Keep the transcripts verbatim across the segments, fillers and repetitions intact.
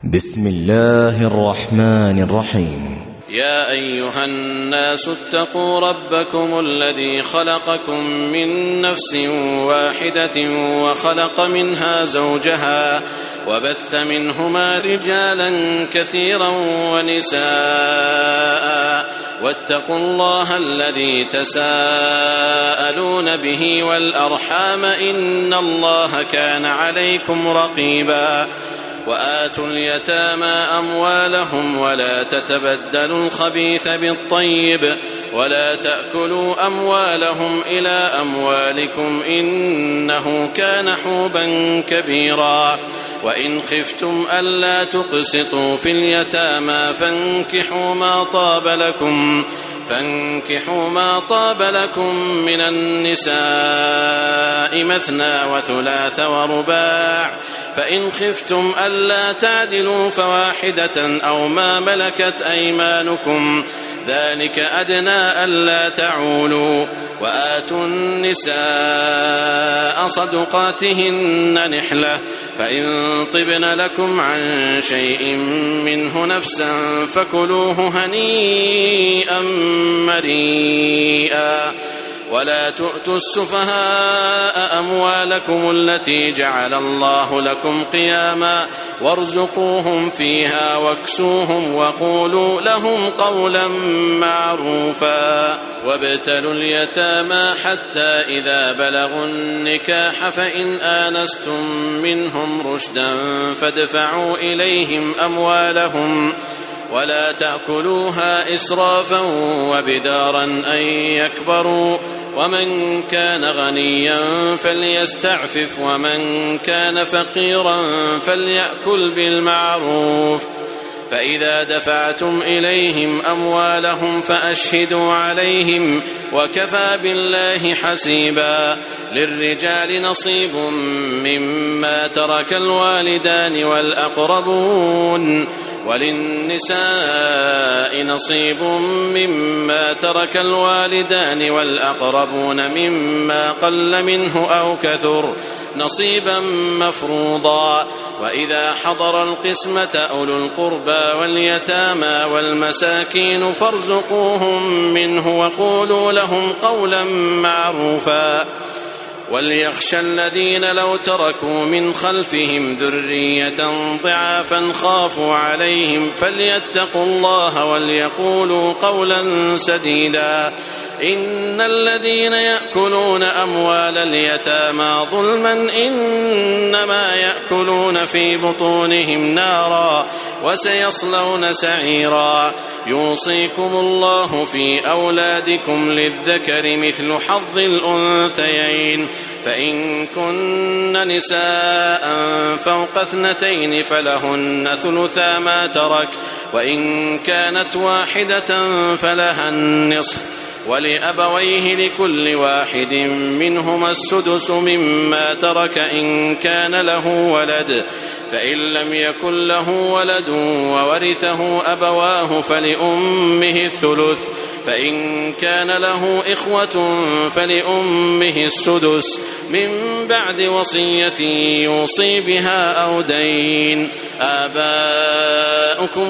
بسم الله الرحمن الرحيم. يا أيها الناس اتقوا ربكم الذي خلقكم من نفس واحدة وخلق منها زوجها وبث منهما رجالا كثيرا ونساء واتقوا الله الذي تساءلون به والأرحام إن الله كان عليكم رقيبا. وآتوا اليتامى أموالهم ولا تتبدلوا الخبيث بالطيب ولا تأكلوا أموالهم إلى أموالكم إنه كان حوبا كبيرا. وإن خفتم ألا تقسطوا في اليتامى فانكحوا ما طاب لكم فانكحوا ما طاب لكم من النساء مثنى وثلاث ورباع فإن خفتم ألا تعدلوا فواحدة أو ما ملكت أيمانكم ذلك أدنى ألا تعولوا. وآتوا النساء صدقاتهن نحلة فإن طبن لكم عن شيء منه نفسا فكلوه هنيئا مريئا. ولا تؤتوا السفهاء أموالكم التي جعل الله لكم قياما وارزقوهم فيها واكسوهم وقولوا لهم قولا معروفا. وابتلوا اليتامى حتى إذا بلغوا النكاح فإن آنستم منهم رشدا فادفعوا إليهم أموالهم ولا تأكلوها إسرافا وبدارا أن يكبروا. ومن كان غنيا فليستعفف ومن كان فقيرا فليأكل بالمعروف. فإذا دفعتم إليهم أموالهم فأشهدوا عليهم وكفى بالله حسيبا. للرجال نصيب مما ترك الوالدان والأقربون وللنساء نصيب مما ترك الوالدان والأقربون مما قل منه أو كثر نصيبا مفروضا. وإذا حضر القسمة أولو القربى واليتامى والمساكين فارزقوهم منه وقولوا لهم قولا معروفا. وليخشى الذين لو تركوا من خلفهم ذرية ضعافا خافوا عليهم فليتقوا الله وليقولوا قولا سديدا. إن الذين يأكلون أموال اليتامى ظلما إنما يأكلون في بطونهم نارا وسيصلون سعيرا. يوصيكم الله في أولادكم للذكر مثل حظ الأنثيين فإن كن نساء فوق اثنتين فلهن ثلثا ما ترك وإن كانت واحدة فلها النصف ولأبويه لكل واحد منهما السدس مما ترك إن كان له ولد فإن لم يكن له ولد وورثه أبواه فلأمه الثلث فإن كان له إخوة فلأمه السدس من بعد وصية يوصي بها أو دين. آباؤكم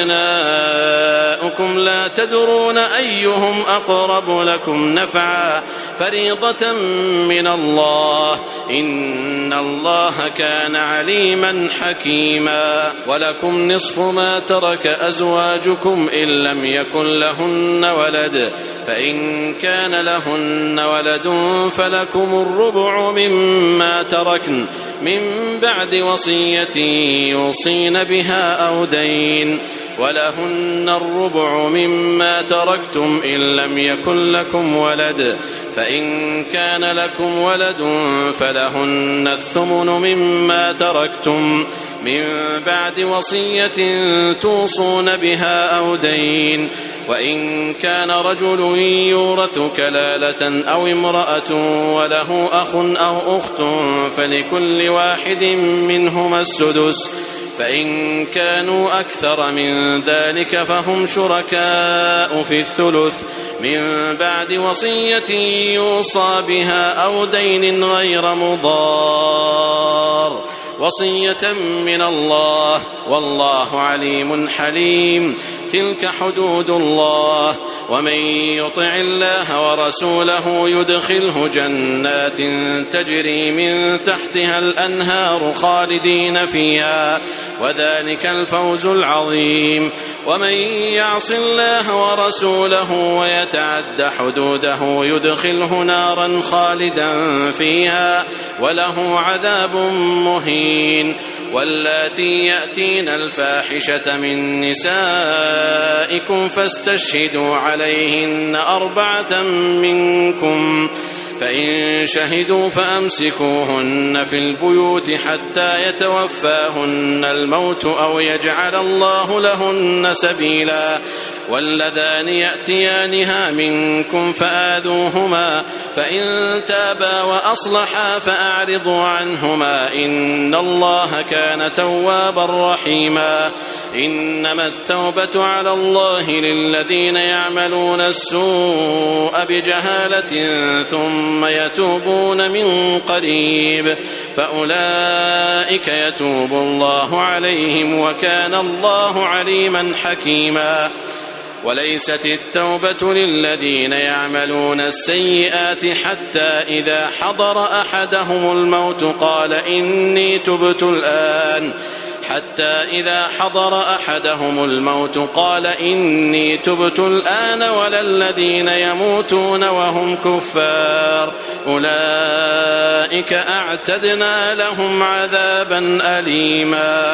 وأبناؤكم لا تدرون أيهم أقرب لكم نفعا فريضة من الله إن الله كان عليما حكيما. ولكم نصف ما ترك أزواجكم إن لم يكن لهن ولد فإن كان لهن ولد فلكم الربع مما تركن من بعد وصية يوصين بها أو دين. ولهن الربع مما تركتم إن لم يكن لكم ولد فإن كان لكم ولد فلهن الثمن مما تركتم من بعد وصية توصون بها أو دين. وإن كان رجل يورث كلالة أو امرأة وله أخ أو أخت فلكل واحد منهما السدس فإن كانوا أكثر من ذلك فهم شركاء في الثلث من بعد وصية يوصى بها أو دين غير مضار وصية من الله والله عليم حليم. تلك حدود الله ومن يطع الله ورسوله يدخله جنات تجري من تحتها الأنهار خالدين فيها وذلك الفوز العظيم. ومن يعص الله ورسوله ويتعد حدوده يدخله نارا خالدا فيها وله عذاب مهين. واللاتي يأتين الفاحشة من نسائكم فاستشهدوا عليهن أربعة منكم فإن شهدوا فأمسكوهن في البيوت حتى يتوفاهن الموت أو يجعل الله لهن سبيلا. واللذان يأتيانها منكم فآذوهما فإن تابا وأصلحا فأعرضوا عنهما إن الله كان توابا رحيما. إنما التوبة على الله للذين يعملون السوء بجهالة ثم يتوبون من قريب فأولئك يتوب الله عليهم وكان الله عليما حكيما. وليست التوبة للذين يعملون السيئات حتى إذا حضر أحدهم الموت قال إني تبت الآن حتى إذا حضر أحدهم الموت قال إني تبت الآن ولا الذين يموتون وهم كفار أولئك أعتدنا لهم عذابا أليما.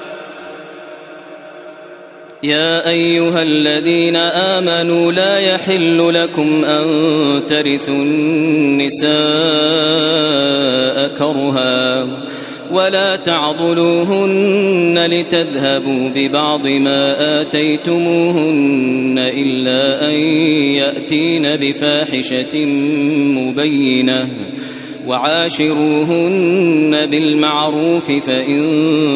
يا أيها الذين آمنوا لا يحل لكم أن ترثوا النساء كرها ولا تعضلوهن لتذهبوا ببعض ما آتيتموهن إلا أن يأتين بفاحشة مبينة وعاشروهن بالمعروف فإن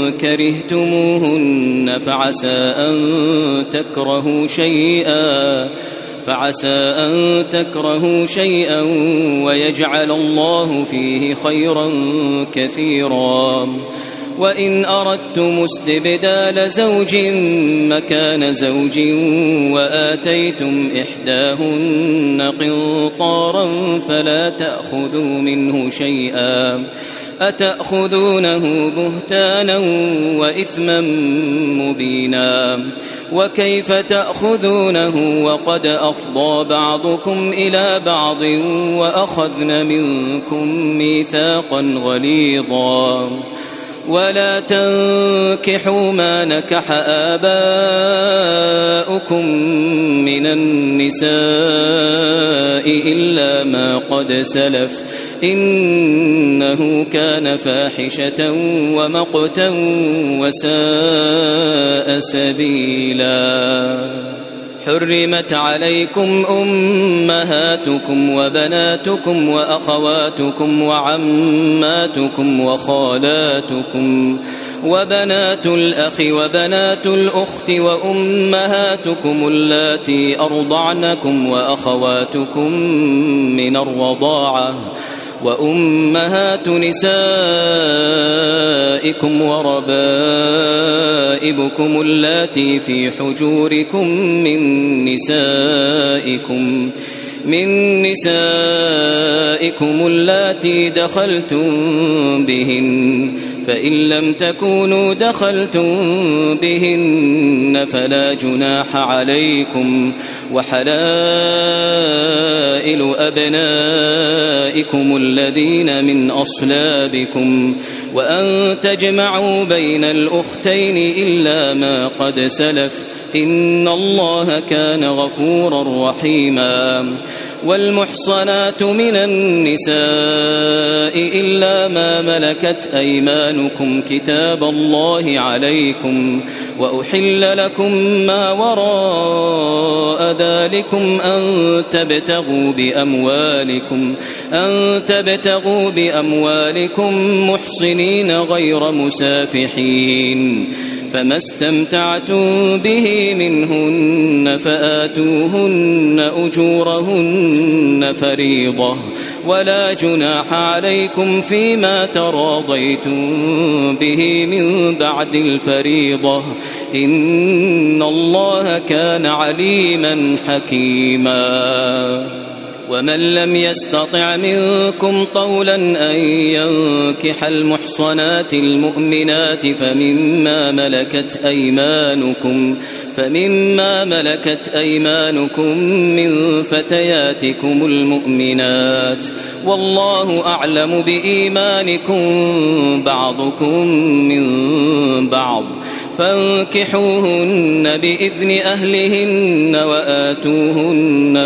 كرهتموهن فعسى أن تكرهوا شيئا فعسى أن تكرهوا شيئا ويجعل الله فيه خيرا كثيرا. وإن أردتم استبدال زوج مكان زوج وآتيتم إحداهن قنطارا فلا تأخذوا منه شيئا أتأخذونه بهتانا وإثما مبينا. وكيف تأخذونه وقد أفضى بعضكم إلى بعض وأخذن منكم ميثاقا غليظا. ولا تنكحوا ما نكح آباؤكم من النساء إلا ما قد سلف إنه كان فاحشة ومقتا وساء سبيلا. حرمت عليكم أمهاتكم وبناتكم وأخواتكم وعماتكم وخالاتكم وبنات الأخ وبنات الأخت وأمهاتكم اللاتي أرضعنكم وأخواتكم من الرضاعة وأمهات نسائكم وربائبكم اللاتي في حجوركم من نسائكم من نسائكم اللاتي دخلتم بهن فإن لم تكونوا دخلتم بهن فلا جناح عليكم وحلائل أبنائكم الذين من أصلابكم وأن تجمعوا بين الأختين إلا ما قد سلف إن الله كان غفورا رحيما. والمحصنات من النساء إلا ما ملكت أيمانكم كتاب الله عليكم وأحل لكم ما وراء ذلكم أن تبتغوا بأموالكم أن تبتغوا بأموالكم محصنين غير مسافحين فما استمتعتم به منهن فآتوهن أجورهن فريضة ولا جناح عليكم فيما تراضيتم به من بعد الفريضة إن الله كان عليما حكيما. ومن لم يستطع منكم طولا أن ينكح المحصنات المؤمنات فمما ملكت أيمانكم فمما ملكت أيمانكم من فتياتكم المؤمنات والله أعلم بإيمانكم بعضكم من بعض فانكحوهن بإذن أهلهن وآتوهن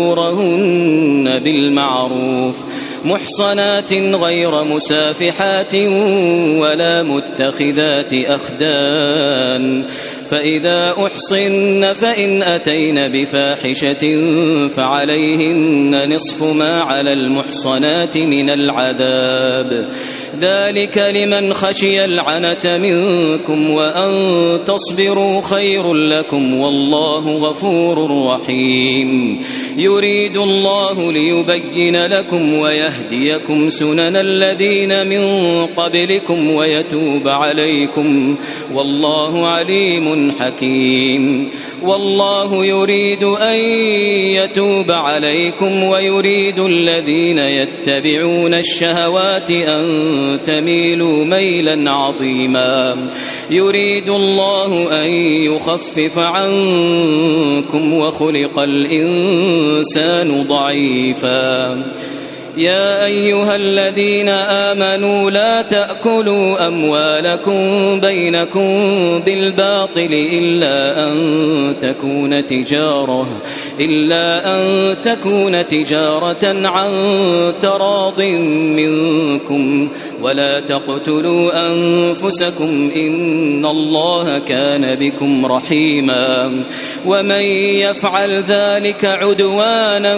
أجورهن بالمعروف محصنات غير مسافحات ولا متخذات أخدان فإذا أحصن فإن أتين بفاحشة فعليهن نصف ما على المحصنات من العذاب ذلك لمن خشي العنة منكم وأن تصبروا خير لكم والله غفور رحيم. يريد الله ليبين لكم ويهديكم سنن الذين من قبلكم ويتوب عليكم والله عليم حكيم. والله يريد أن يتوب عليكم ويريد الذين يتبعون الشهوات أن تميلوا ميلا عظيما. يريد الله أن يخفف عنكم وخلق الإنسان ضعيفا. يا أيها الذين آمنوا لا تأكلوا أموالكم بينكم بالباطل إلا أن تكون تجارة إلا أن تكون تجارة عن تراض منكم ولا تقتلوا أنفسكم إن الله كان بكم رحيما. ومن يفعل ذلك عدوانا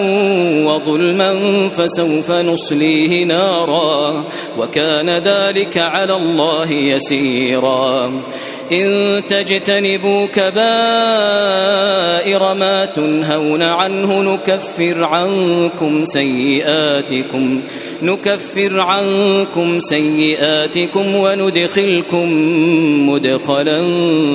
وظلما فسوف نصليه نارا وكان ذلك على الله يسيرا. إن تجتنبوا كبائر ما تنهون عنه نكفر عنكم سيئاتكم نكفر عنكم سيئاتكم وندخلكم مدخلا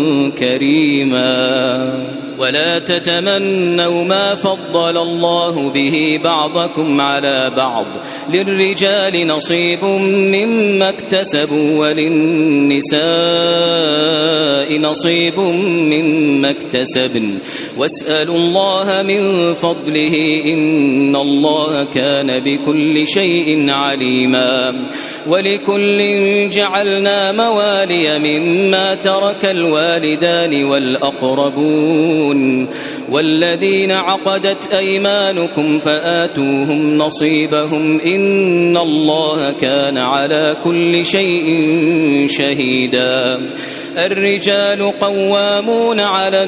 كريما. ولا تتمنوا ما فضل الله به بعضكم على بعض للرجال نصيب مما اكتسبوا وللنساء نصيب مما اكتسبن واسألوا الله من فضله إن الله كان بكل شيء عليما. ولكل جعلنا موالي مما ترك الوالدان والأقربون والذين عقدت أيمانكم فآتوهم نصيبهم إن الله كان على كل شيء شهيدا. الرجال قوامون على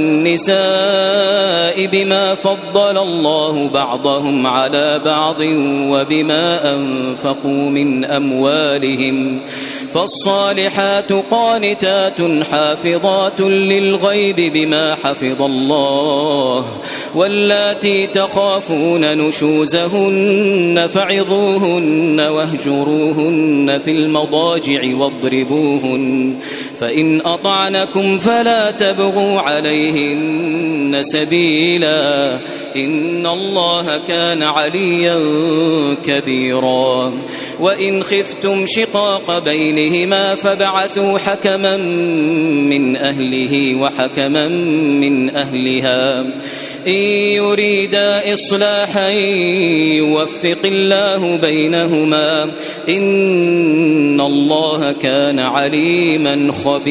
النساء بما فضل الله بعضهم على بعض وبما أنفقوا من أموالهم فالصالحات قانتات حافظات للغيب بما حفظ الله واللاتي تخافون نشوزهن فعظوهن واهجروهن في المضاجع واضربوهن فإن أطعنكم فلا تبغوا عليهن سبيلا إن الله كان عليا كبيرا. وإن خفتم شقاق بينهما فابعثوا حكما من أهله وحكما من أهلها إن يريدا إصلاحا يوفق الله بينهما إن الله كان عليما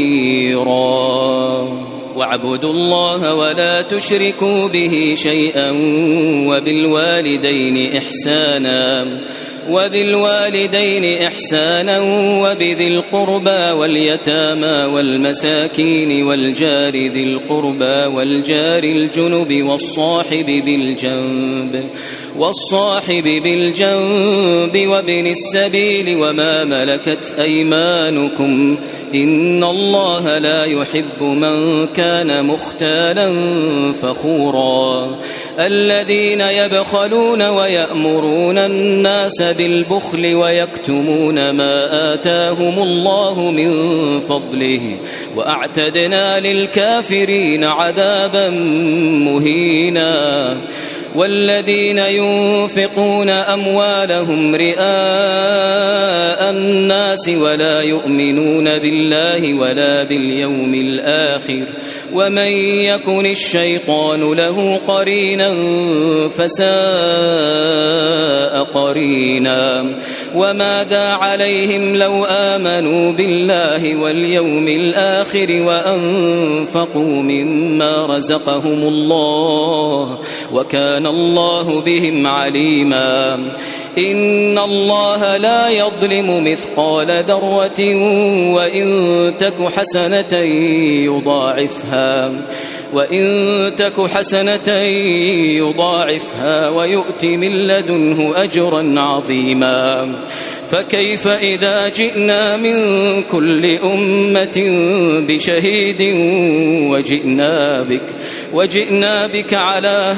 خبيرا. واعبدوا الله ولا تشركوا به شيئا وبالوالدين إحسانا وبالوالدين إحسانا وبذي القربى واليتامى والمساكين والجار ذي القربى والجار الجنب والصاحب بالجنب والصاحب بالجنب وابن السبيل وما ملكت أيمانكم إن الله لا يحب من كان مختالا فخورا. الذين يبخلون ويأمرون الناس بالبخل ويكتمون ما آتاهم الله من فضله وأعتدنا للكافرين عذابا مهينا والذين ينفقون أموالهم رئاء الناس ولا يؤمنون بالله ولا باليوم الآخر ومن يكن الشيطان له قرينا فساء قرينا وماذا عليهم لو آمنوا بالله واليوم الآخر وأنفقوا مما رزقهم الله وكان الله بهم عليما إن الله لا يظلم مثقال ذرة وإن تك حسنة يضاعفها وإن تك حسنة يضاعفها ويؤت من لدنه أجرا عظيما فكيف إذا جئنا من كل أمة بشهيد وجئنا بك وجئنا بك على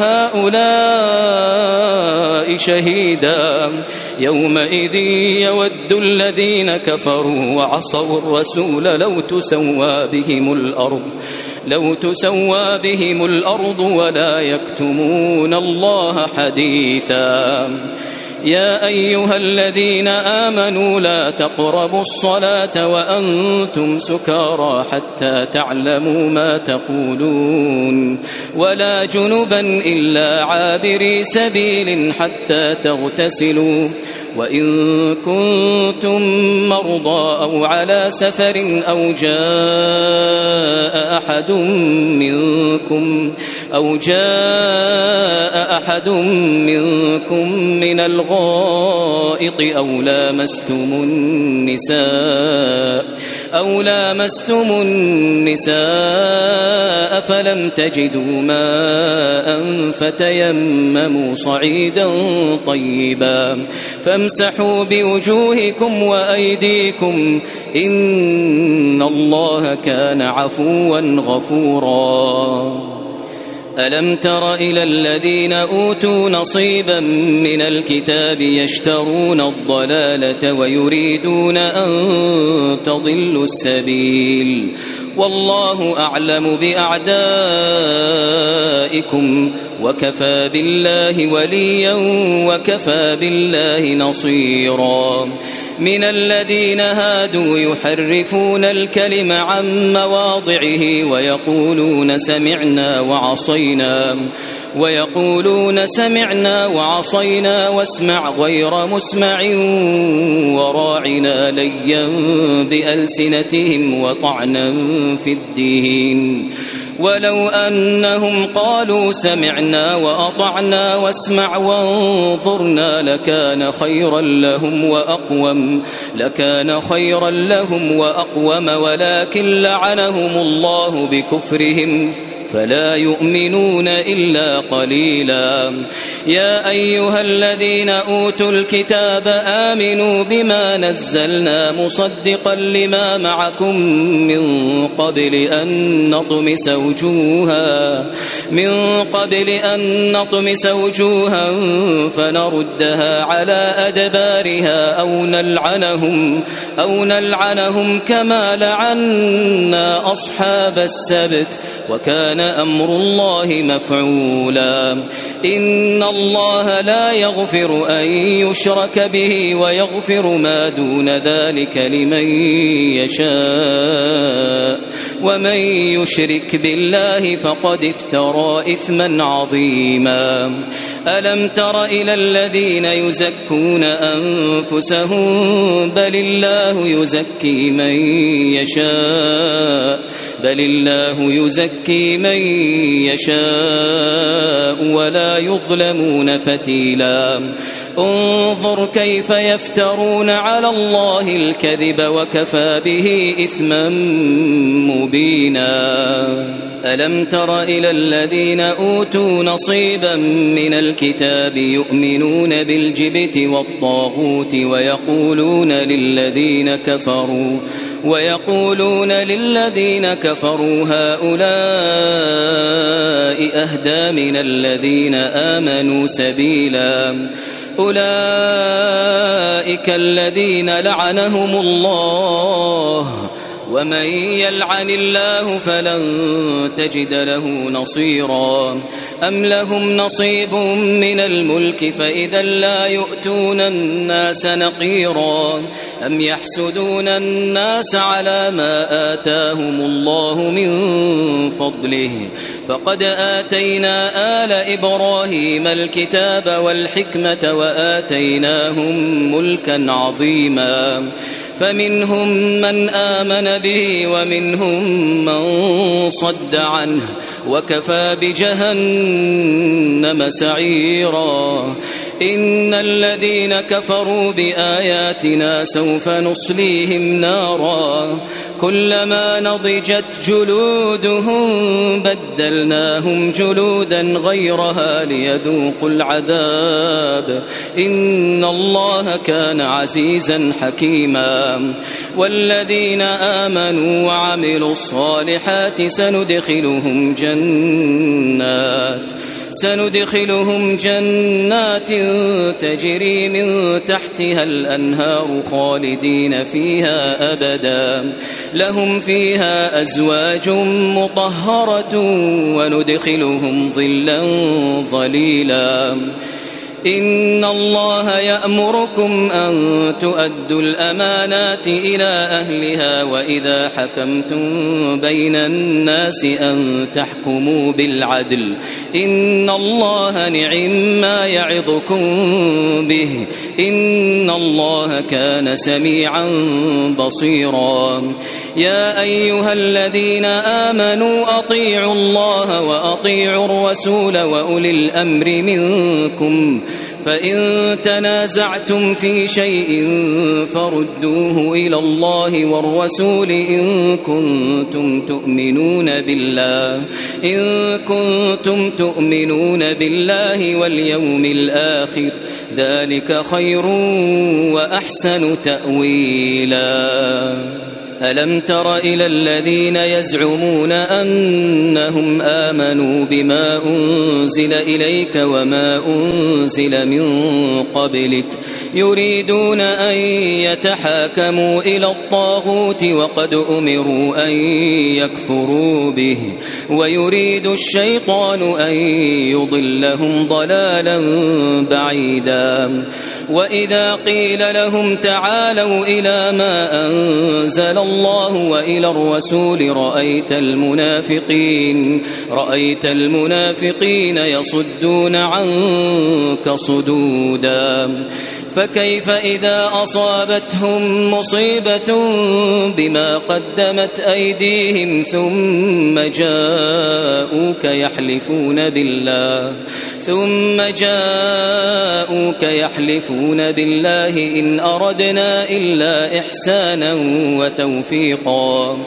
هؤلاء شهيدا يومئذ يود الذين كفروا وعصوا الرسول لو تسوى بهم الأرض لو تسوى بهم الأرض ولا يكتمون الله حديثا يا أيها الذين آمنوا لا تقربوا الصلاة وأنتم سكارى حتى تعلموا ما تقولون ولا جنبا إلا عابري سبيل حتى تغتسلوا وإن كنتم مرضى أو على سفر أو جاء أحد منكم أو جاء أحد منكم من الغائط أو لامستم النساء أو لامستم النساء فلم تجدوا ماء فتيمموا صعيدا طيبا فامسحوا بوجوهكم وأيديكم إن الله كان عفوا غفورا ألم تر إلى الذين أوتوا نصيبا من الكتاب يشترون الضلالة ويريدون أن تضلوا السبيل والله أعلم بأعدائكم وكفى بالله وليا وكفى بالله نصيرا من الذين هادوا يحرفون الكلم عن مواضعه ويقولون سمعنا وعصينا ويقولون سمعنا وعصينا واسمع غير مسمع وراعنا ليا بألسنتهم وطعنا في الدين ولو أنهم قالوا سمعنا وأطعنا واسمع وانظرنا لكان خيرا لهم وأقوم لكان خيرا لهم وأقوم ولكن لعنهم الله بكفرهم فلا يؤمنون إلا قليلا يا أيها الذين أوتوا الكتاب آمنوا بما نزلنا مصدقا لما معكم من قبل أن نطمس وجوها من قبل أن نطمس وجوها فنردها على أدبارها أو نلعنهم أو نلعنهم كما لعنا أصحاب السبت وكان أمر الله مفعولا إن الله لا يغفر أن يشرك به ويغفر ما دون ذلك لمن يشاء ومن يشرك بالله فقد افترى إثما عظيما ألم تر إلى الذين يزكون أنفسهم بل الله يزكي من يشاء بل الله يزكي من يشاء ولا يظلمون فتيلا انظر كيف يفترون على الله الكذب وكفى به إثما مبينا ألم تر إلى الذين أوتوا نصيبا من الكتاب يؤمنون بالجبت والطاغوت ويقولون للذين كفروا ويقولون للذين كفروا هؤلاء أهدى من الذين آمنوا سبيلا أولئك الذين لعنهم الله ومن يلعن الله فلن تجد له نصيرا أم لهم نصيب من الملك فإذا لا يؤتون الناس نقيرا أم يحسدون الناس على ما آتاهم الله من فضله فقد آتينا آل إبراهيم الكتاب والحكمة وآتيناهم ملكا عظيما فمنهم من آمن به ومنهم من صد عنه وكفى بجهنم سعيرا إن الذين كفروا بآياتنا سوف نصليهم نارا كلما نضجت جلودهم بدلناهم جلودا غيرها ليذوقوا العذاب إن الله كان عزيزا حكيما والذين آمنوا وعملوا الصالحات سندخلهم جنات سندخلهم جنات تجري من تحتها الأنهار خالدين فيها أبدا لهم فيها أزواج مطهرة وندخلهم ظلا ظليلا إن الله يأمركم أن تؤدوا الأمانات إلى أهلها وإذا حكمتم بين الناس أن تحكموا بالعدل إن الله نعم ما يعظكم به إن الله كان سميعا بصيرا يا أيها الذين آمنوا أطيعوا الله وأطيعوا الرسول وأولي الأمر منكم فإن تنازعتم في شيء فردوه إلى الله والرسول إن كنتم تؤمنون بالله إن كنتم تؤمنون بالله واليوم الآخر ذلك خير وأحسن تأويلا ألم تر إلى الذين يزعمون أنهم آمنوا بما أنزل إليك وما أنزل من قبلك يريدون أن يتحاكموا إلى الطاغوت وقد أمروا أن يكفروا به ويريد الشيطان أن يضلهم ضلالا بعيدا وإذا قيل لهم تعالوا إلى ما أنزل الله وإلى الرسول رأيت المنافقين رأيت المنافقين يصدون عنك صدودا فكيف إذا أصابتهم مصيبة بما قدمت أيديهم ثم جاءوك يحلفون بالله ثم جاءوك يحلفون بالله إن أردنا إلا إحسانا وتوفيقا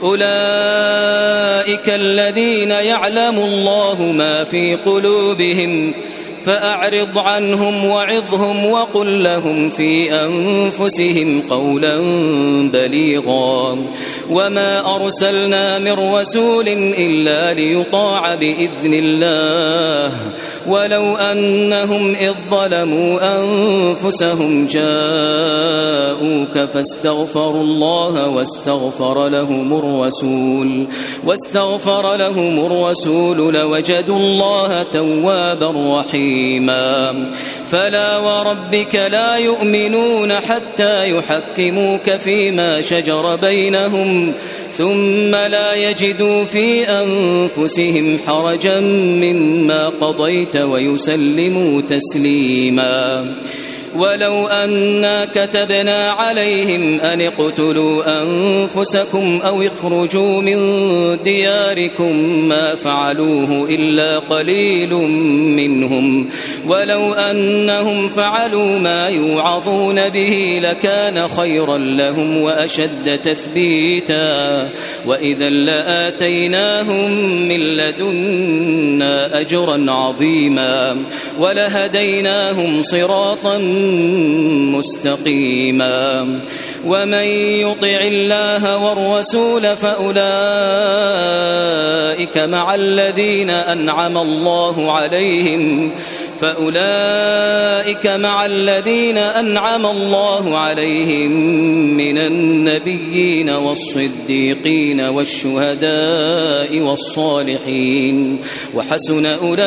أولئك الذين يعلم الله ما في قلوبهم فأعرض عنهم وعظهم وقل لهم في أنفسهم قولا بليغا وما أرسلنا من رسول إلا ليطاع بإذن الله ولو أنهم إذ ظلموا أنفسهم جاءوك فاستغفروا الله واستغفر لهم الرسول واستغفر لهم الرسول لوجدوا الله توابا رحيما فلا وربك لا يؤمنون حتى يحكموك فيما شجر بينهم ثم لا يجدوا في أنفسهم حرجا مما قضيت ويسلموا تسليما ولو أنا كتبنا عليهم أن اقتلوا أنفسكم أو اخرجوا من دياركم ما فعلوه إلا قليل منهم ولو أنهم فعلوا ما يوعظون به لكان خيرا لهم وأشد تثبيتا وإذا لآتيناهم من لدنا أجرا عظيما ولهديناهم صراطا مستقيما. ومن يطع الله والرسول فأولئك مع الذين أنعم الله عليهم فأولئك مع الذين أنعم الله عليهم من النبيين والصديقين والشهداء والصالحين وحسن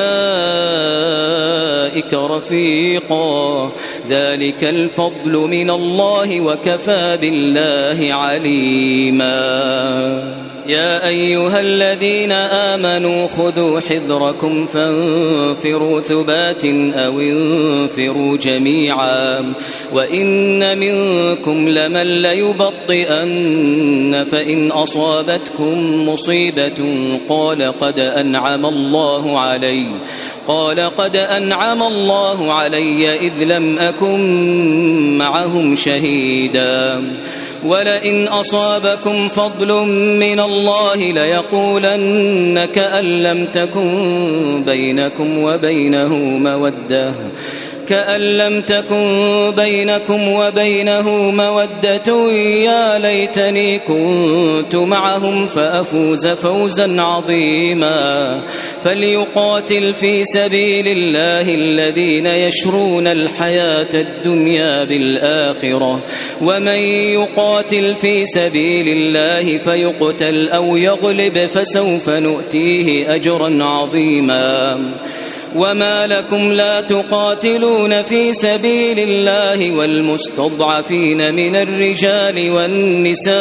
أولئك رفيقا. ذلك الفضل من الله وكفى بالله عليما. يا أيها الذين آمنوا خذوا حذركم فانفروا ثبات أو انفروا جميعا وإن منكم لمن ليبطئن فإن أصابتكم مصيبة قال قد أنعم الله علي قال قد أنعم الله علي إذ لم أكن معهم شهيدا ولئن أصابكم فضل من الله ليقولن كأن لم تكن بينكم وبينه مودة كأن لم تكن بينكم وبينه مودة يا ليتني كنت معهم فأفوز فوزا عظيما. فليقاتل في سبيل الله الذين يشرون الحياة الدنيا بالآخرة ومن يقاتل في سبيل الله فيقتل أو يغلب فسوف نؤتيه أجرا عظيما. وما لكم لا تقاتلون في سبيل الله والمستضعفين من الرجال والنساء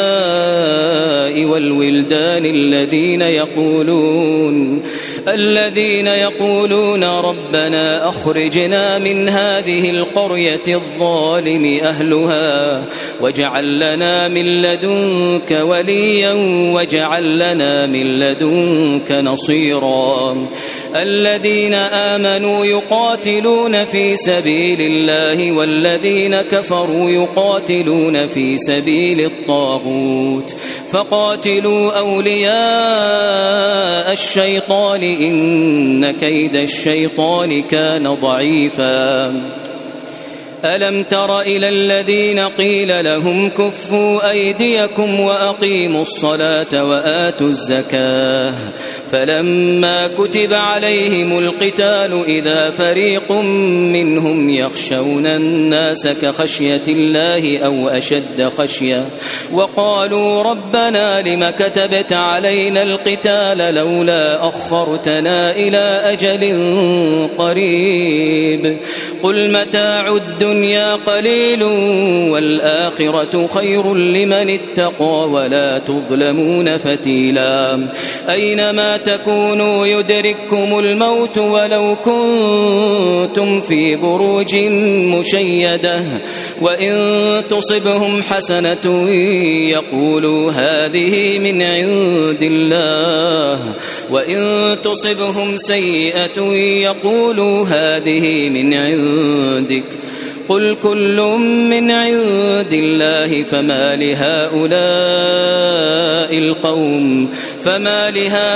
والولدان الذين يقولون الذين يقولون ربنا أخرجنا من هذه القرية الظالم أهلها واجعل لنا من لدنك وليا واجعل لنا من لدنك نصيرا. الذين آمنوا يقاتلون في سبيل الله والذين كفروا يقاتلون في سبيل الطاغوت فقاتلوا أولياء الشيطان إن كيد الشيطان كان ضعيفا. ألم تر إلى الذين قيل لهم كفوا أيديكم وأقيموا الصلاة وآتوا الزكاة فلما كتب عليهم القتال إذا فريق منهم يخشون الناس كخشية الله أو أشد خشية وقالوا ربنا لم كتبت علينا القتال لولا أخرتنا إلى أجل قريب قل متاع الدنيا قليل والآخرة خير لمن اتقى ولا تظلمون فتيلا. أينما تكونوا يدرككم الموت ولو كنتم في بروج مشيدة وإن تصبهم حسنة يقولوا هذه من عند الله وإن تصبهم سيئة يقولوا هذه من عندك قل كل من عند الله فما لهؤلاء القوم فما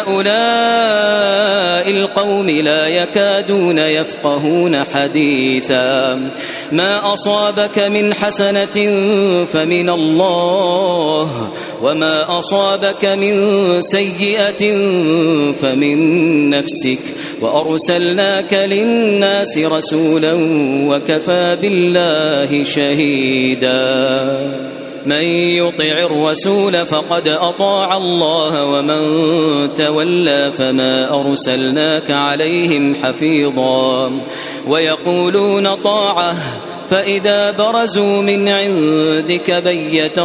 لهؤلاء القوم لا يكادون يفقهون حديثا. ما أصابك من حسنة فمن الله وما أصابك من سيئة فمن نفسك وأرسلناك للناس رسولا وكفى بالله شهيدا. من يطع الرسول فقد أطاع الله ومن تولى فما أرسلناك عليهم حفيظا. ويقولون طاعة فإذا برزوا من عندك بيت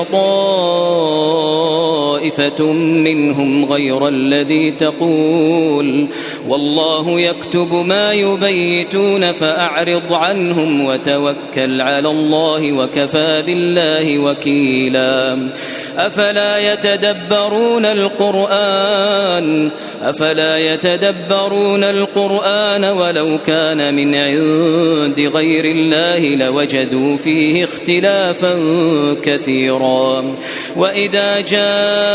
طائفة منهم غير الذي تقول والله يكتب ما يبيتون فأعرض عنهم وتوكل على الله وكفى بالله وكيلا. أفلا يتدبرون القرآن أفلا يتدبرون القرآن ولو كان من عند غير الله لوجدوا فيه اختلافا كثيرا. وإذا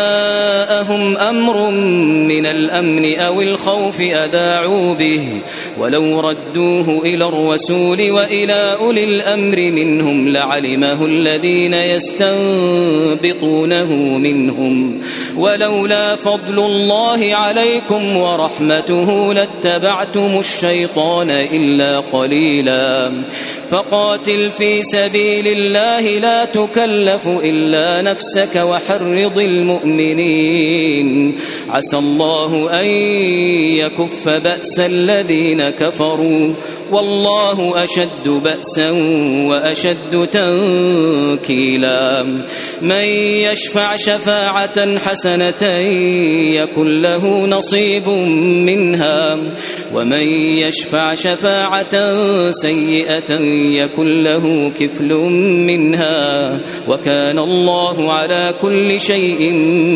جاءهم أمر من الأمن أو الخوف أذاعوا به ولو ردوه إلى الرسول وإلى أولي الأمر منهم لعلمه الذين يستنبطونه منهم ولولا فضل الله عليكم ورحمته لاتبعتم الشيطان إلا قليلا فقاتل في سبيل الله لا تكلف إلا نفسك وحرض المؤمنين عسى الله أن يكف بأس الذين كفروا والله أشد بأسا وأشد تنكيلا من يشفع شفاعة حسنة يكن له نصيب منها ومن يشفع شفاعة سيئة يكن له كفل منها وكان الله على كل شيء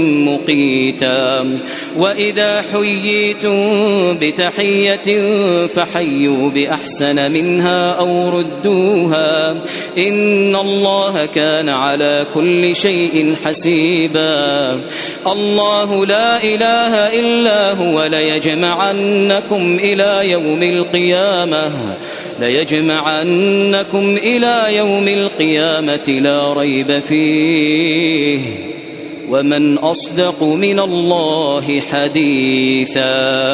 مقيتا وإذا حييتم بتحية فحيوا بأحسن منها أو ردوها إن الله كان على كل شيء حسيبا الله لا إله إلا هو ليجمعنكم إلى يوم القيامة ليجمعنكم إلى يوم القيامة لا ريب فيه ومن أصدق من الله حديثا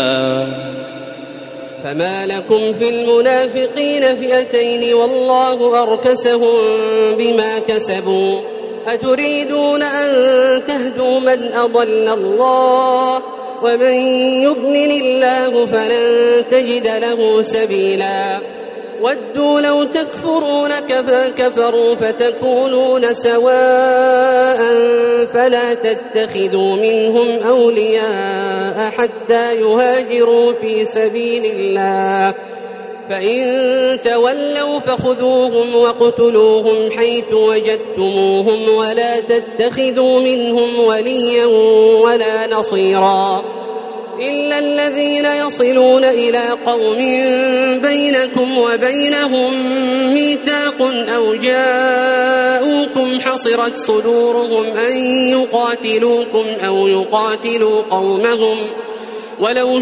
فما لكم في المنافقين فئتين والله أركسهم بما كسبوا أتريدون أن تهدوا من أضل الله ومن يضلل الله فلن تجد له سبيلا ودوا لو تكفرون كما كفروا فتكونون سواء فلا تتخذوا منهم أولياء حتى يهاجروا في سبيل الله فإن تولوا فخذوهم وقتلوهم حيث وجدتموهم ولا تتخذوا منهم وليا ولا نصيرا إلا الذين يصلون إلى قوم بينكم وبينهم ميثاق أو جاءوكم حصرت صدورهم أن يقاتلوكم أو يقاتلوا قومهم ولو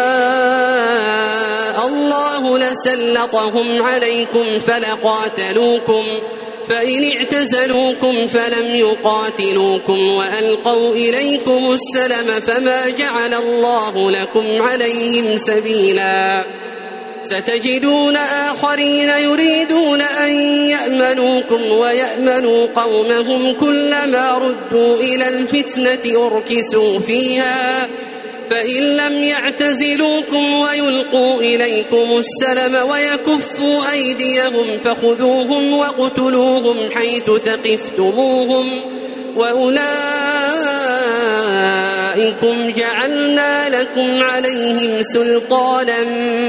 شاء الله لسلطهم عليكم فلقاتلوكم فإن اعتزلوكم فلم يقاتلوكم وألقوا إليكم السلم فما جعل الله لكم عليهم سبيلا ستجدون آخرين يريدون أن يأمنوكم ويأمنوا قومهم كلما ردوا إلى الفتنة أركسوا فيها فإن لم يعتزلوكم ويلقوا إليكم السلم ويكفوا أيديهم فخذوهم وقتلوهم حيث ثقفتموهم وأولئكم جعلنا لكم عليهم سلطانا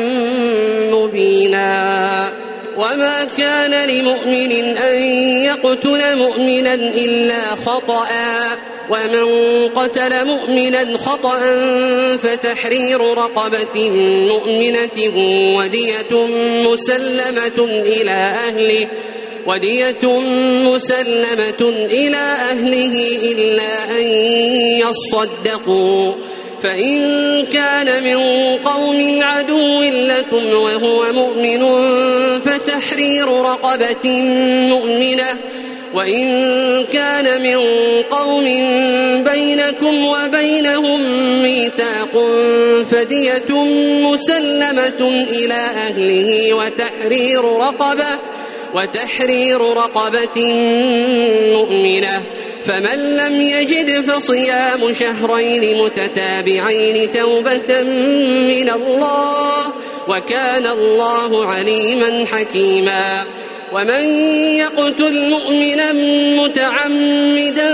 مبينا وما كان لمؤمن أن يقتل مؤمنا إلا خطأ ومن قتل مؤمنا خطأ فتحرير رقبة مؤمنة ودية مسلمة إلى أهله ودية مسلمة إلى أهله إلا أن يصدقوا فإن كان من قوم عدو لكم وهو مؤمن فتحرير رقبة مؤمنة وإن كان من قوم بينكم وبينهم ميثاق فدية مسلمة إلى أهله وتحرير رقبة وتحرير رقبة مؤمنة فمن لم يجد فصيام شهرين متتابعين توبة من الله وكان الله عليما حكيما ومن يقتل مؤمنا متعمدا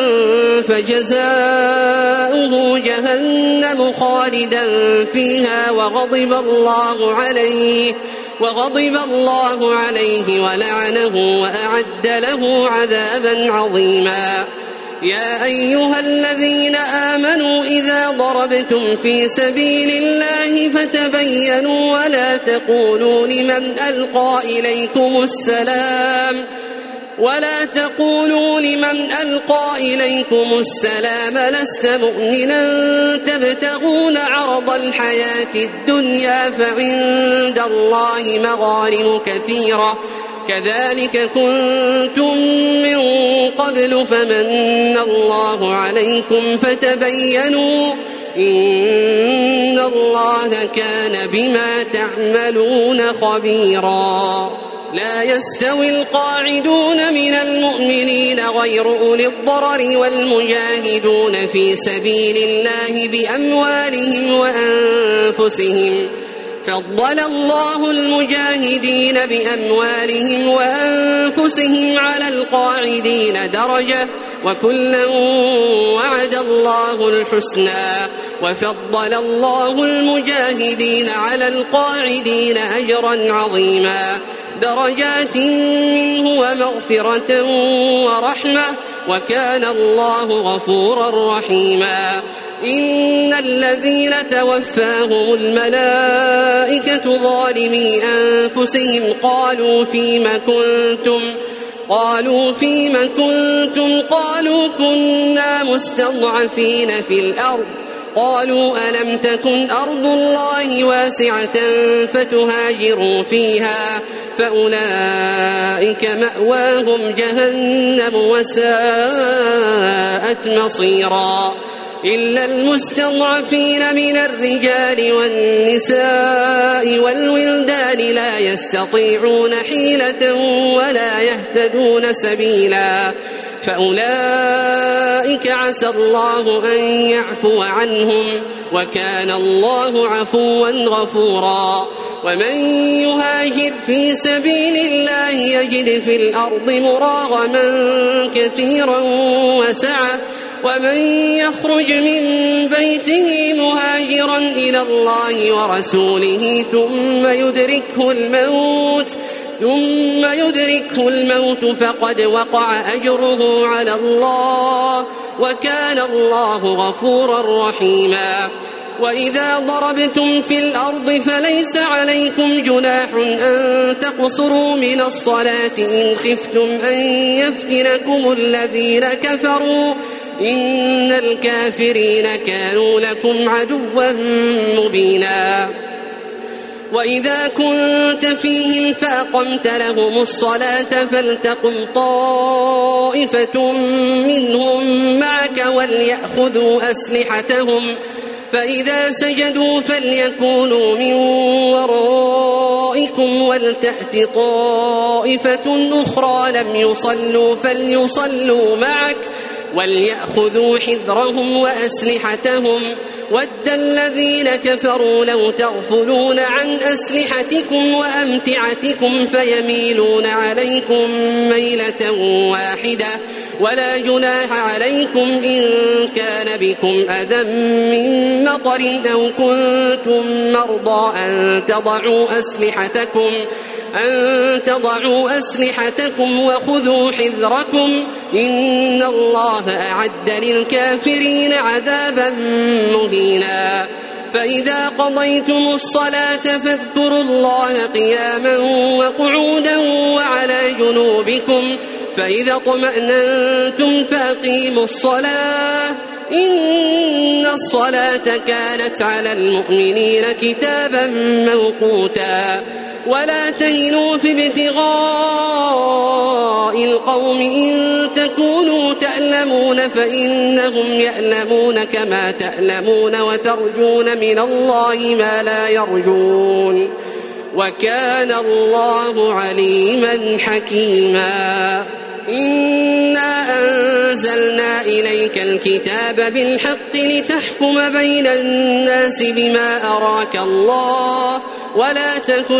فجزاؤه جهنم خالدا فيها وغضب الله عليه وغضب الله عليه ولعنه وأعد له عذابا عظيما يا أيها الذين آمنوا إذا ضربتم في سبيل الله فتبينوا ولا تقولوا لمن ألقى إليكم السلام ولا تقولوا لمن ألقى إليكم السلام لست مؤمنا تبتغون عرض الحياة الدنيا فعند الله مغانم كثيرة كذلك كنتم من قبل فمن الله عليكم فتبينوا إن الله كان بما تعملون خبيرا. لا يستوي القاعدون من المؤمنين غير أولي الضرر والمجاهدون في سبيل الله بأموالهم وأنفسهم فضل الله المجاهدين بأموالهم وأنفسهم على القاعدين درجة وكلا وعد الله الحسنى وفضل الله المجاهدين على القاعدين أجرا عظيما درجات منه ومغفرة ورحمة وكان الله غفورا رحيما. إن الذين توفاهم الملائكة ظالمي أنفسهم قالوا فيم كنتم قالوا فيم كنتم قالوا كنا مستضعفين في الأرض قالوا ألم تكن أرض الله واسعة فتهاجروا فيها فأولئك مأواهم جهنم وساءت مصيرا. إلا المستضعفين من الرجال والنساء والولدان لا يستطيعون حيلة ولا يهتدون سبيلا فأولئك عسى الله أن يعفو عنهم وكان الله عفوا غفورا. ومن يهاجر في سبيل الله يجد في الأرض مراغما كثيرا وسعة ومن يخرج من بيته مهاجرا إلى الله ورسوله ثم يدركه الموت ثم يدركه الموت فقد وقع أجره على الله وكان الله غفورا رحيما. وإذا ضربتم في الأرض فليس عليكم جناح أن تقصروا من الصلاة إن خفتم أن يفتنكم الذين كفروا إن الكافرين كانوا لكم عدوا مبينا. وإذا كنت فيهم فأقمت لهم الصلاة فلتقم طائفة منهم معك وليأخذوا أسلحتهم فإذا سجدوا فليكونوا من ورائكم ولتأت طائفة أخرى لم يصلوا فليصلوا معك وليأخذوا حذرهم وأسلحتهم ود الذين كفروا لو تغفلون عن أسلحتكم وأمتعتكم فيميلون عليكم ميلة واحدة ولا جناح عليكم إن كان بكم أذى من مطر أو كنتم مرضى أن تضعوا أسلحتكم أن تضعوا أسلحتكم وخذوا حذركم إن الله أعد للكافرين عذابا مهينا. فإذا قضيتم الصلاة فاذكروا الله قياما وقعودا وعلى جنوبكم فإذا اطمأننتم فأقيموا الصلاة إن الصلاة كانت على المؤمنين كتابا موقوتا. ولا تهنوا في ابتغاء القوم إن تكونوا تألمون فإنهم يألمون كما تألمون وترجون من الله ما لا يرجون وكان الله عليما حكيما. إنا أنزلنا إليك الكتاب بالحق لتحكم بين الناس بما أراك الله ولا تكن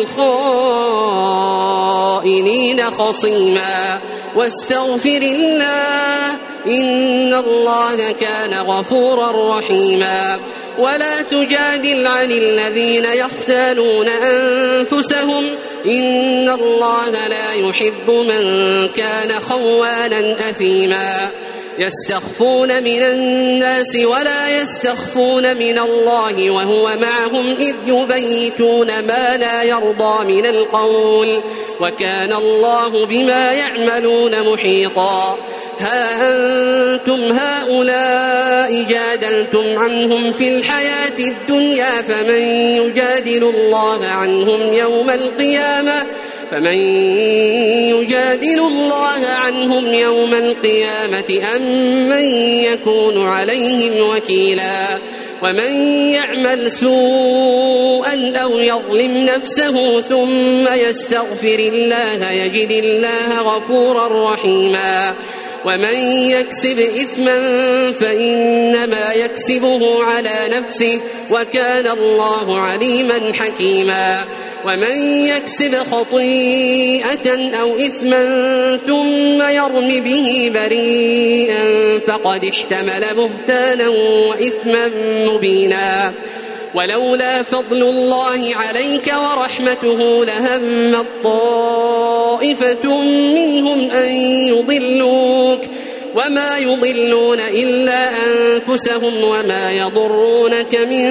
للخائنين خصيما واستغفر الله إن الله كان غفورا رحيما. ولا تجادل عن الذين يختالون أنفسهم إن الله لا يحب من كان خوانا أثيما. يستخفون من الناس ولا يستخفون من الله وهو معهم إذ يبيتون ما لا يرضى من القول وكان الله بما يعملون محيطا. ها أنتم هؤلاء جادلتم عنهم في الحياة الدنيا فمن يجادل الله عنهم يوم القيامة فمن يجادل الله عنهم يوم القيامة أم من يكون عليهم وكيلا. ومن يعمل سوءا أو يظلم نفسه ثم يستغفر الله يجد الله غفورا رحيما. ومن يكسب إثما فإنما يكسبه على نفسه وكان الله عليما حكيما. ومن يكسب خطيئة أو إثما ثم يرم به بريئا فقد احتمل بهتانا وإثما مبينا. ولولا فضل الله عليك ورحمته لهم طائفة منهم أن يضلوك وما يضلون إلا أنفسهم وما يضرونك من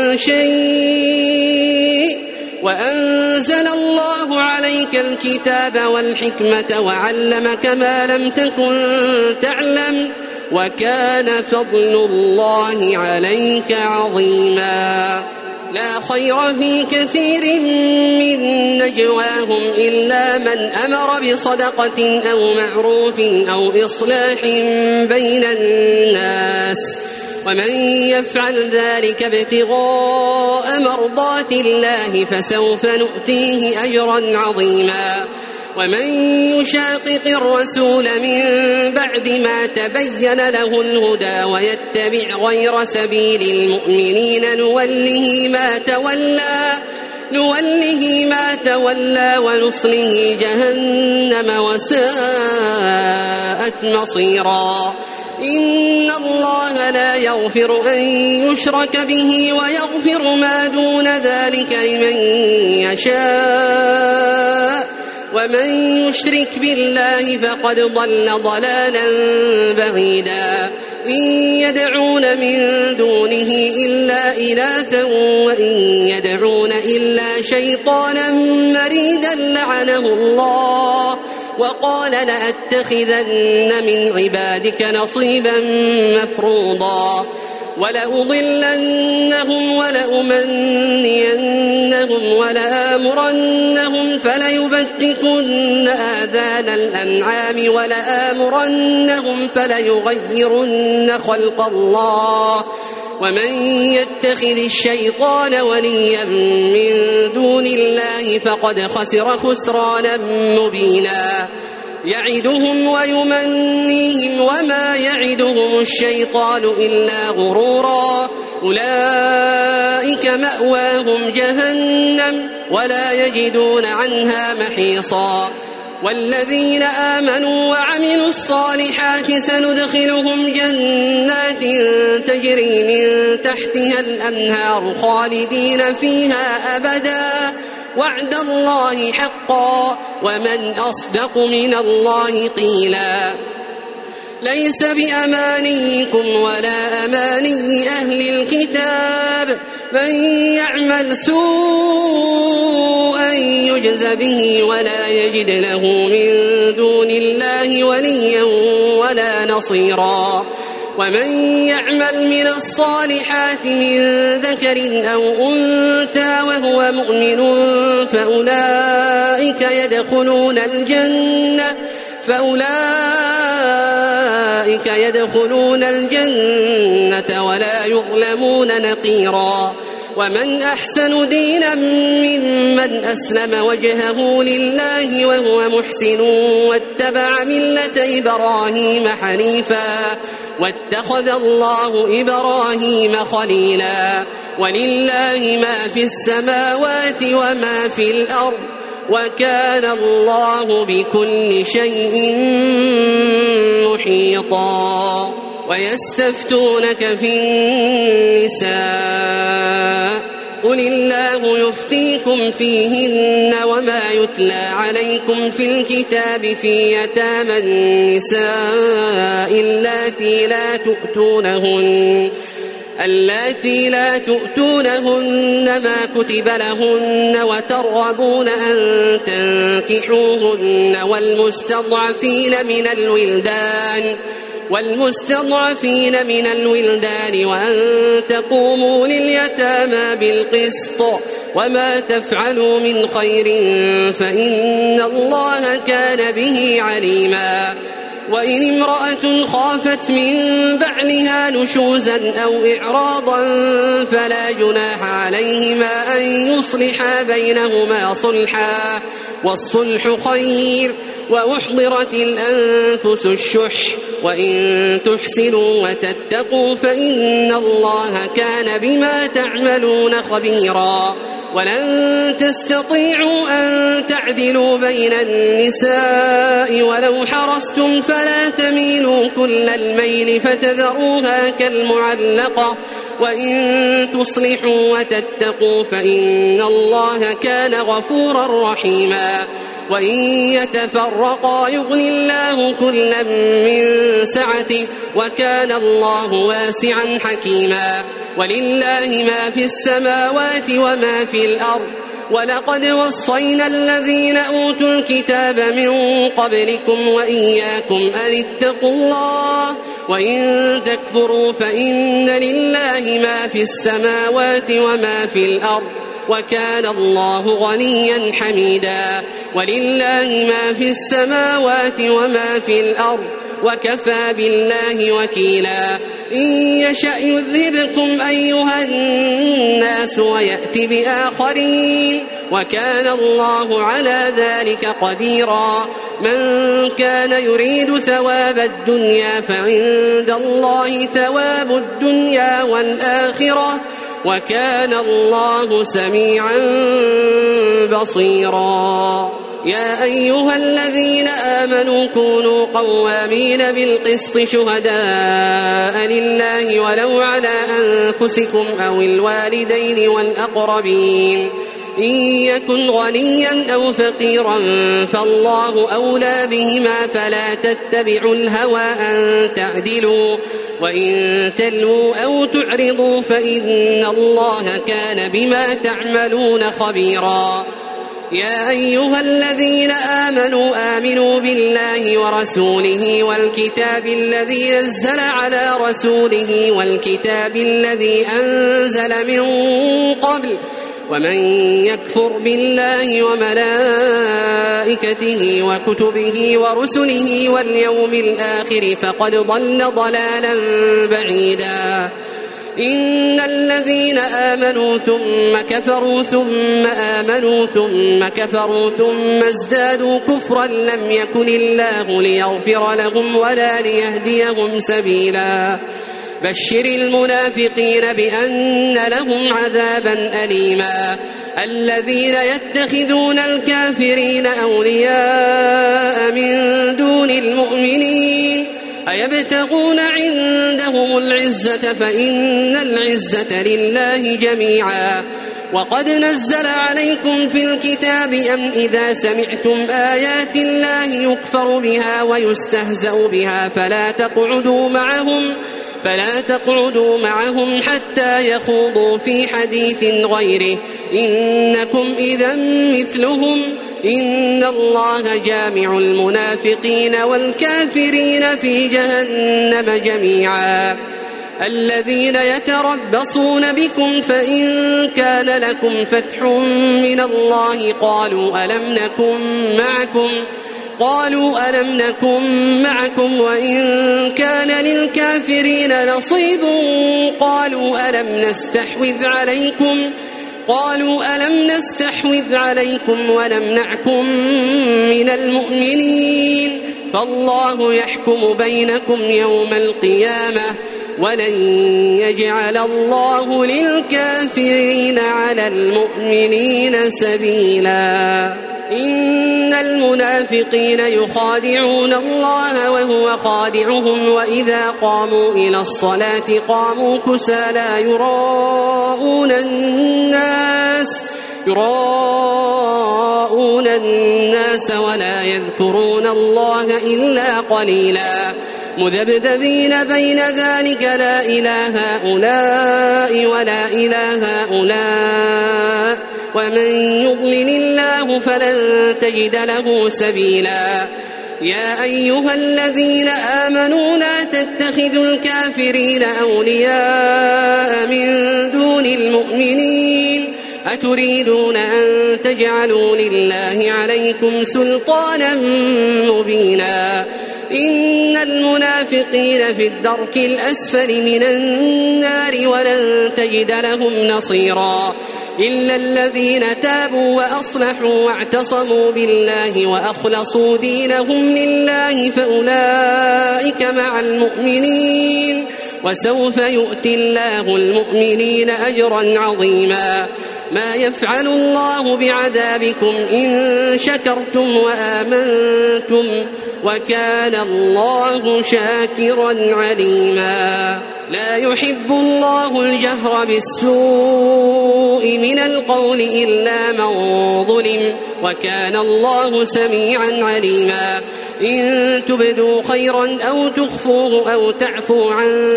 شيء. وأنزل الله عليك الكتاب والحكمة وعلمك ما لم تكن تعلم وكان فضل الله عليك عظيما. لا خير في كثير من نجواهم إلا من أمر بصدقة أو معروف أو إصلاح بين الناس ومن يفعل ذلك ابتغاء مرضات الله فسوف نؤتيه أجرا عظيما. ومن يشاقق الرسول من بعد ما تبين له الهدى ويتبع غير سبيل المؤمنين نوله ما تولى نوله ما تولى ونصله جهنم وساءت مصيرا. إن الله لا يغفر أن يشرك به ويغفر ما دون ذلك لمن يشاء ومن يشرك بالله فقد ضل ضلالا بعيدا. إن يدعون من دونه إلا إناثا وإن يدعون إلا شيطانا مريدا لعنه الله وقال لأتخذن من عبادك نصيبا مفروضا. ولأضلنهم ولأمنينهم ولآمرنهم فليبتكن آذان الأنعام ولآمرنهم فليغيرن خلق الله. ومن يتخذ الشيطان وليا من دون الله فقد خسر خسرانا مبينا. يعدهم ويمنيهم وما يعدهم الشيطان إلا غرورا. أولئك مأواهم جهنم ولا يجدون عنها محيصا. والذين آمنوا وعملوا الصالحات سندخلهم جنات تجري من تحتها الأنهار خالدين فيها أبدا وعد الله حقا ومن أصدق من الله قيلا. ليس بأمانيكم ولا أماني أهل الكتاب من يعمل سوءا يجز به ولا يجد له من دون الله وليا ولا نصيرا. ومن يعمل من الصالحات من ذكر أو أنثى وهو مؤمن فأولئك يدخلون الجنة فأولئك يدخلون الجنة ولا يظلمون نقيرا. ومن أحسن دينا ممن أسلم وجهه لله وهو محسن واتبع ملة إبراهيم حنيفا واتخذ الله إبراهيم خليلا. ولله ما في السماوات وما في الأرض وكان الله بكل شيء محيطا. ويستفتونك في النساء قل الله يفتيكم فيهن وما يتلى عليكم في الكتاب في يتامى النساء اللاتي لا تؤتونهن اللاتي لا تؤتونهن ما كتب لهن وترغبون أن تنكحوهن والمستضعفين من الولدان والمستضعفين من الولدان وأن تقوموا لليتامى بالقسط وما تفعلوا من خير فإن الله كان به عليما. وإن امرأة خافت من بعلها نشوزا أو إعراضا فلا جناح عليهما أن يصلحا بينهما صلحا والصلح خير وأحضرت الأنفس الشح وإن تحسنوا وتتقوا فإن الله كان بما تعملون خبيرا. ولن تستطيعوا أن تعدلوا بين النساء ولو حرصتم فلا تميلوا كل الميل فتذروها كالمعلقة وإن تصلحوا وتتقوا فإن الله كان غفورا رحيما. وإن يتفرقا يغني الله كلا من سعته وكان الله واسعا حكيما. ولله ما في السماوات وما في الأرض ولقد وصينا الذين أوتوا الكتاب من قبلكم وإياكم أن اتقوا الله وإن تكفروا فإن لله ما في السماوات وما في الأرض وكان الله غنيا حميدا. ولله ما في السماوات وما في الأرض وكفى بالله وكيلا. إن يشأ يذهبكم أيها الناس ويأتي بآخرين وكان الله على ذلك قديرا. من كان يريد ثواب الدنيا فعند الله ثواب الدنيا والآخرة وكان الله سميعا بصيرا. يا أيها الذين آمنوا كونوا قوامين بالقسط شهداء لله ولو على أنفسكم أو الوالدين والأقربين إن يكن غنيا أو فقيرا فالله أولى بهما فلا تتبعوا الهوى أن تعدلوا وإن تلووا أو تعرضوا فإن الله كان بما تعملون خبيرا. يا أيها الذين آمنوا آمنوا بالله ورسوله والكتاب الذي نزل على رسوله والكتاب الذي أنزل من قبل ومن يكفر بالله وملائكته وكتبه ورسله واليوم الآخر فقد ضل ضلالا بعيدا. إن الذين آمنوا ثم كفروا ثم آمنوا ثم كفروا ثم ازدادوا كفرا لم يكن الله ليغفر لهم ولا ليهديهم سبيلا. بشر المنافقين بأن لهم عذابا أليما. الذين يتخذون الكافرين أولياء من دون المؤمنين أيبتغون عندهم العزة فإن العزة لله جميعا. وقد نزل عليكم في الكتاب أن إذا سمعتم آيات الله يكفر بها ويستهزأ بها فلا تقعدوا معهم فلا تقعدوا معهم حتى يخوضوا في حديث غيره إنكم إذا مثلهم إن الله جامع المنافقين والكافرين في جهنم جميعا. الذين يتربصون بكم فإن كان لكم فتح من الله قالوا ألم نكن معكم قالوا ألم نكن معكم وإن كان للكافرين نصيب قالوا ألم نستحوذ عليكم قالوا ألم نستحوذ عليكم ونمنعكم من المؤمنين فالله يحكم بينكم يوم القيامة ولن يجعل الله للكافرين على المؤمنين سبيلا. إن المنافقين يخادعون الله وهو خادعهم وإذا قاموا إلى الصلاة قاموا كسالى يراءون الناس يراءون الناس ولا يذكرون الله إلا قليلا. مذبذبين بين ذلك لا إله هؤلاء ولا إله هؤلاء ومن يضلل الله فلن تجد له سبيلا يا أيها الذين آمنوا لا تتخذوا الكافرين أولياء من دون المؤمنين أتريدون أن تجعلوا لله عليكم سلطانا مبينا إن المنافقين في الدرك الأسفل من النار ولن تجد لهم نصيرا إلا الذين تابوا وأصلحوا واعتصموا بالله وأخلصوا دينهم لله فأولئك مع المؤمنين وسوف يؤتي الله المؤمنين أجرا عظيما ما يفعل الله بعذابكم إن شكرتم وآمنتم وكان الله شاكرا عليما لا يحب الله الجهر بالسوء من القول إلا من ظلم وكان الله سميعا عليما إن تبدوا خيرا أو تخفوه أو تعفوا عن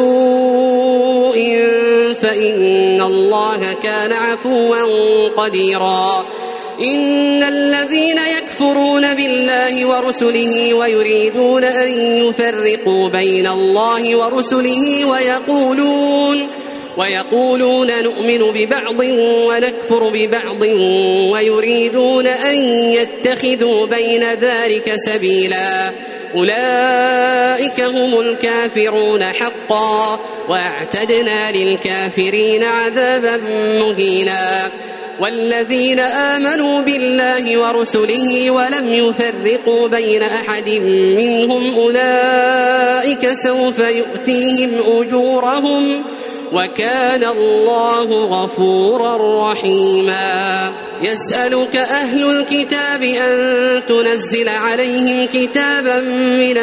سوء فإن الله كان عفوا قديرا إن الذين يكفرون بالله ورسله ويريدون أن يفرقوا بين الله ورسله ويقولون ويقولون نؤمن ببعض ونكفر ببعض ويريدون أن يتخذوا بين ذلك سبيلا أولئك هم الكافرون حقا وأعتدنا للكافرين عذابا مهينا والذين آمنوا بالله ورسله ولم يفرقوا بين أحد منهم أولئك سوف يؤتيهم أجورهم وكان الله غفورا رحيما يسألك أهل الكتاب أن تنزل عليهم كتابا من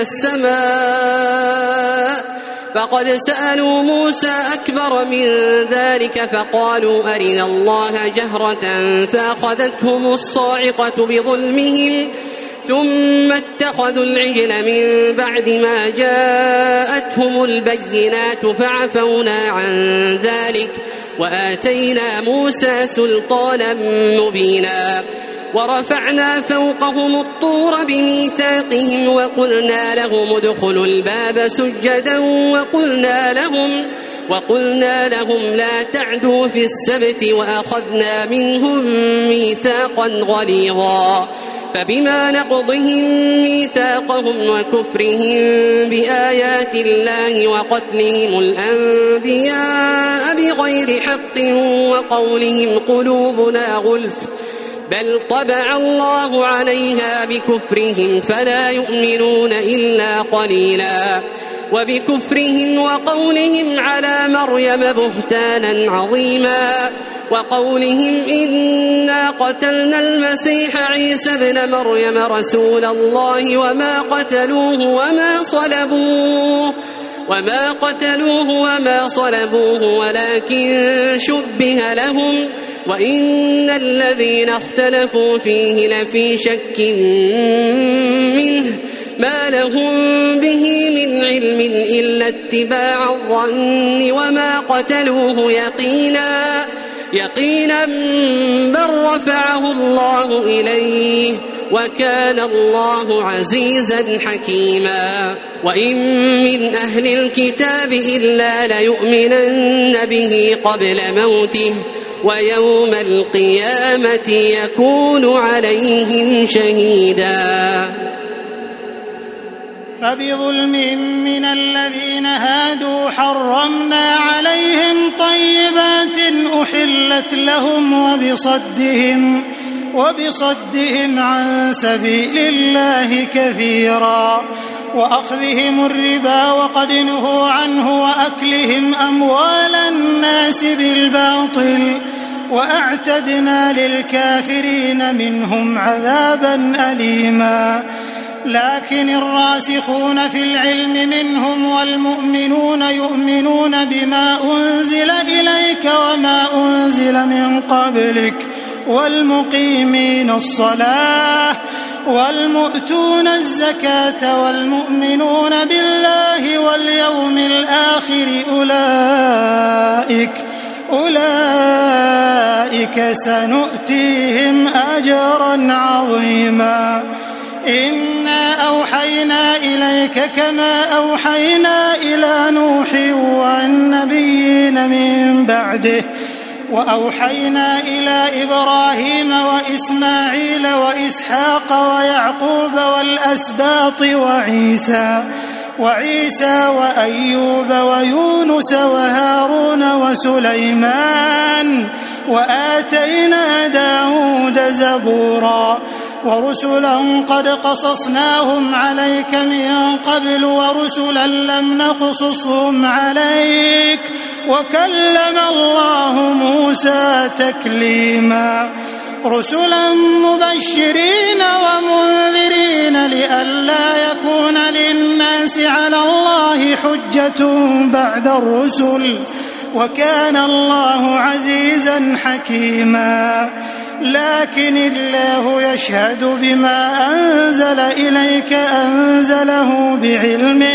السماء فقد سألوا موسى أكبر من ذلك فقالوا أرنا الله جهرة فأخذتهم الصاعقة بظلمهم ثم اتخذوا العجل من بعد ما جاءتهم البينات فعفونا عن ذلك وآتينا موسى سلطانا مبينا ورفعنا فوقهم الطور بميثاقهم وقلنا لهم ادخلوا الباب سجدا وقلنا لهم وقلنا لهم لا تعدوا في السبت وأخذنا منهم ميثاقا غليظا فبما نقضهم ميثاقهم وكفرهم بآيات الله وقتلهم الأنبياء بغير حق وقولهم قلوبنا غلف بل طبع الله عليها بكفرهم فلا يؤمنون إلا قليلا وبكفرهم وقولهم على مريم بهتانا عظيما وقولهم إنا قتلنا المسيح عيسى ابن مريم رسول الله وما قتلوه وما صلبوه وما قتلوه وما صلبوه ولكن شبه لهم وإن الذين اختلفوا فيه لفي شك منه ما لهم به من علم إلا اتباع الظن وما قتلوه يقينا يقينا بل رفعه الله إليه وكان الله عزيزا حكيما وإن من أهل الكتاب إلا ليؤمنن به قبل موته ويوم القيامة يكون عليهم شهيدا فبظلم من الذين هادوا حرمنا عليهم طيبات أحلت لهم وبصدهم وبصدهم عن سبيل الله كثيرا وأخذهم الربا وقد نهوا عنه وأكلهم أموال الناس بالباطل وأعتدنا للكافرين منهم عذابا أليما لكن الراسخون في العلم منهم والمؤمنون يؤمنون بما أنزل إليك وما أنزل من قبلك والمقيمين الصلاة والمؤتون الزكاة والمؤمنون بالله واليوم الآخر أولئك أولئك سنؤتيهم أجرا عظيما. إنا أوحينا إليك كما أوحينا إلى نوح والنبيين من بعده وأوحينا إلى إبراهيم وإسماعيل وإسحاق ويعقوب والأسباط وعيسى وعيسى وأيوب ويونس وهارون وسليمان وآتينا داود زبورا ورسلا قد قصصناهم عليك من قبل ورسلا لم نقصصهم عليك وكلم الله موسى تكليما. رسلا مبشرين ومنذرين لئلا يكون للناس على الله حجة بعد الرسل وكان الله عزيزا حكيما. لكن الله يشهد بما أنزل إليك أنزله بعلمه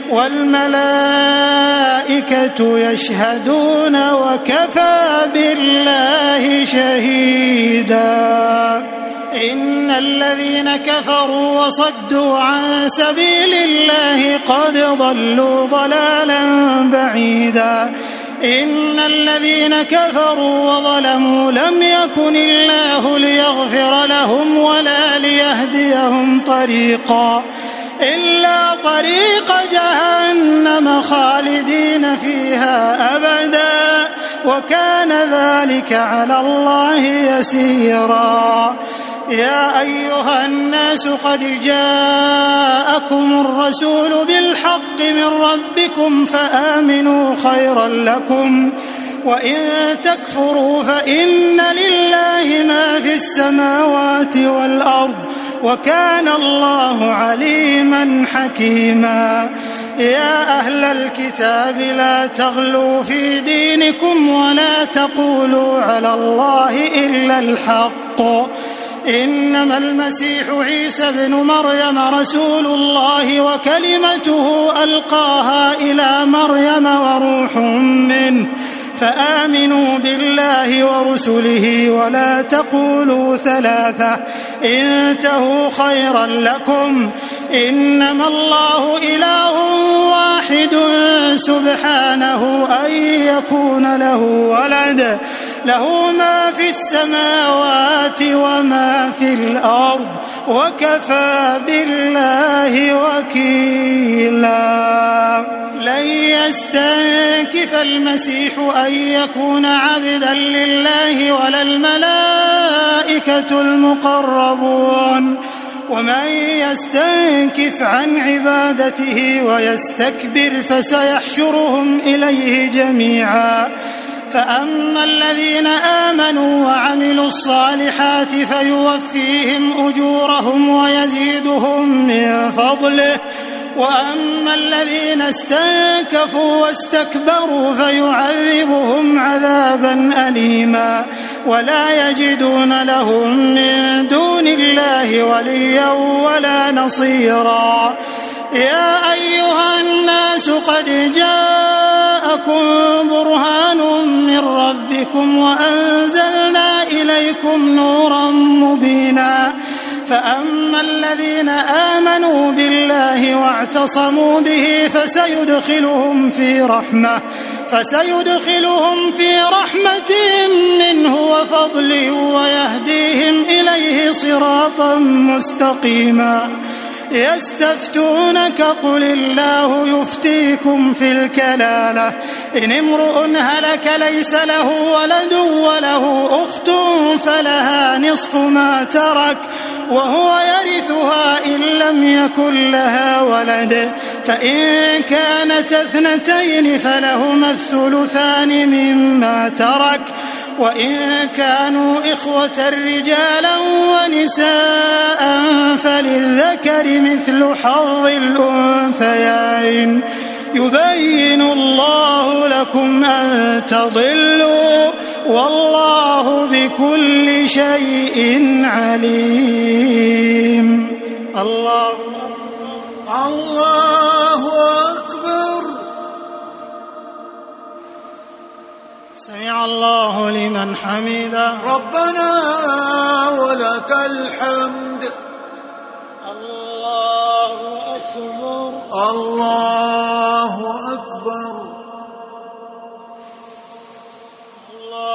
والملائكة يشهدون وكفى بالله شهيدا. إن الذين كفروا وصدوا عن سبيل الله قد ضلوا ضلالا بعيدا. إن الذين كفروا وظلموا لم يكن الله ليغفر لهم ولا ليهديهم طريقا إلا طريق جهنم خالدين فيها أبدا وكان ذلك على الله يسيرا. يا أيها الناس قد جاءكم الرسول بالحق من ربكم فآمنوا خيرا لكم وإن تكفروا فإن لله ما في السماوات والأرض وكان الله عليما حكيما. يا أهل الكتاب لا تغلوا في دينكم ولا تقولوا على الله إلا الحق. إنما المسيح عيسى بن مريم رسول الله وكلمته ألقاها إلى مريم وروح منه فآمنوا بالله ورسله ولا تقولوا ثلاثة انتهوا خيرا لكم. إنما الله إله واحد سبحانه أن يكون له ولد له ما في السماوات وما في الأرض وكفى بالله وكيلا. لن يستنكف المسيح أن يكون عبدا لله ولا الملائكة المقربون ومن يستنكف عن عبادته ويستكبر فسيحشرهم إليه جميعا. فأما الذين آمنوا وعملوا الصالحات فيوفيهم أجورهم ويزيدهم من فضله وأما الذين استنكفوا واستكبروا فيعذبهم عذابا أليما ولا يجدون لهم من دون الله وليا ولا نصيرا. يا أيها الناس قد جاءكم برهان من ربكم وأنزلنا إليكم نورا مبينا. فأما الذين آمنوا بالله واعتصموا به فسيدخلهم في رحمة فسيدخلهم في رحمة منه وفضل ويهديهم إليه صراطا مستقيما. يستفتونك قل الله يفتيكم في الكلالة إن امرؤ هلك ليس له ولد وله أخت فلها نصف ما ترك وهو يرثها إن لم يكن لها ولد فإن كانت اثنتين فلهما الثلثان مما ترك وإن كانوا إخوة رجالا ونساء فللذكر مثل حظ الأنثيين. يبين الله لكم أن تضلوا والله بكل شيء عليم. الله الله أكبر. سمع الله لمن حمده. ربنا ولك الحمد. الله أكبر. الله